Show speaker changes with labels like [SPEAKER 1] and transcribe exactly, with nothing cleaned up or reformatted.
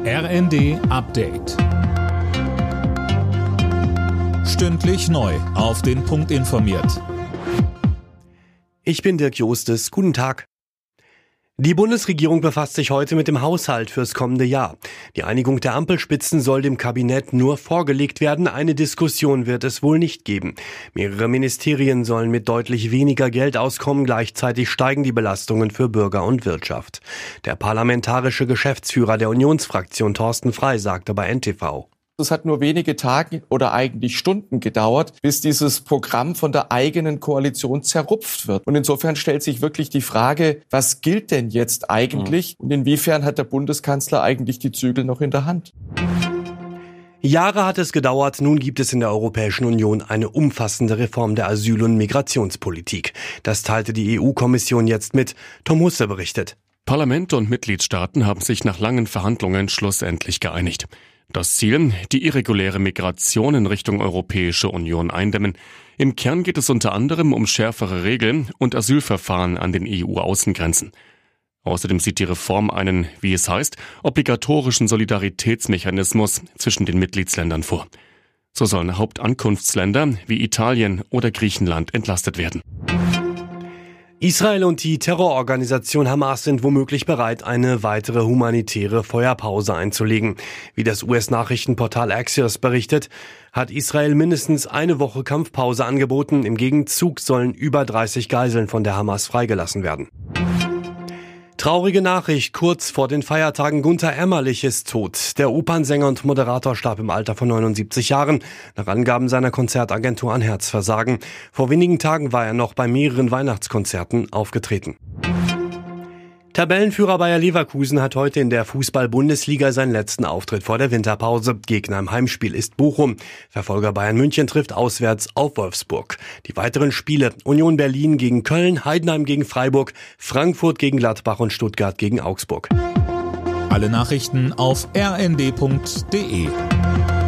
[SPEAKER 1] R N D Update. Stündlich neu auf den Punkt informiert.
[SPEAKER 2] Ich bin Dirk Jostes. Guten Tag. Die Bundesregierung befasst sich heute mit dem Haushalt fürs kommende Jahr. Die Einigung der Ampelspitzen soll dem Kabinett nur vorgelegt werden. Eine Diskussion wird es wohl nicht geben. Mehrere Ministerien sollen mit deutlich weniger Geld auskommen. Gleichzeitig steigen die Belastungen für Bürger und Wirtschaft. Der parlamentarische Geschäftsführer der Unionsfraktion Thorsten Frey sagte bei N T V:
[SPEAKER 3] Es hat nur wenige Tage oder eigentlich Stunden gedauert, bis dieses Programm von der eigenen Koalition zerrupft wird. Und insofern stellt sich wirklich die Frage, was gilt denn jetzt eigentlich und inwiefern hat der Bundeskanzler eigentlich die Zügel noch in der Hand?
[SPEAKER 2] Jahre hat es gedauert, nun gibt es in der Europäischen Union eine umfassende Reform der Asyl- und Migrationspolitik. Das teilte die E U-Kommission jetzt mit. Tom Husse berichtet.
[SPEAKER 4] Parlament und Mitgliedstaaten haben sich nach langen Verhandlungen schlussendlich geeinigt. Das Ziel, die irreguläre Migration in Richtung Europäische Union eindämmen. Im Kern geht es unter anderem um schärfere Regeln und Asylverfahren an den E U-Außengrenzen. Außerdem sieht die Reform einen, wie es heißt, obligatorischen Solidaritätsmechanismus zwischen den Mitgliedsländern vor. So sollen Hauptankunftsländer wie Italien oder Griechenland entlastet werden.
[SPEAKER 2] Israel und die Terrororganisation Hamas sind womöglich bereit, eine weitere humanitäre Feuerpause einzulegen. Wie das U S-Nachrichtenportal Axios berichtet, hat Israel mindestens eine Woche Kampfpause angeboten. Im Gegenzug sollen über dreißig Geiseln von der Hamas freigelassen werden. Traurige Nachricht, kurz vor den Feiertagen: Gunter Emmerlich ist tot. Der Opernsänger und Moderator starb im Alter von neunundsiebzig Jahren, nach Angaben seiner Konzertagentur an Herzversagen. Vor wenigen Tagen war er noch bei mehreren Weihnachtskonzerten aufgetreten. Tabellenführer Bayer Leverkusen hat heute in der Fußball-Bundesliga seinen letzten Auftritt vor der Winterpause. Gegner im Heimspiel ist Bochum. Verfolger Bayern München trifft auswärts auf Wolfsburg. Die weiteren Spiele: Union Berlin gegen Köln, Heidenheim gegen Freiburg, Frankfurt gegen Gladbach und Stuttgart gegen Augsburg.
[SPEAKER 1] Alle Nachrichten auf r n d punkt d e.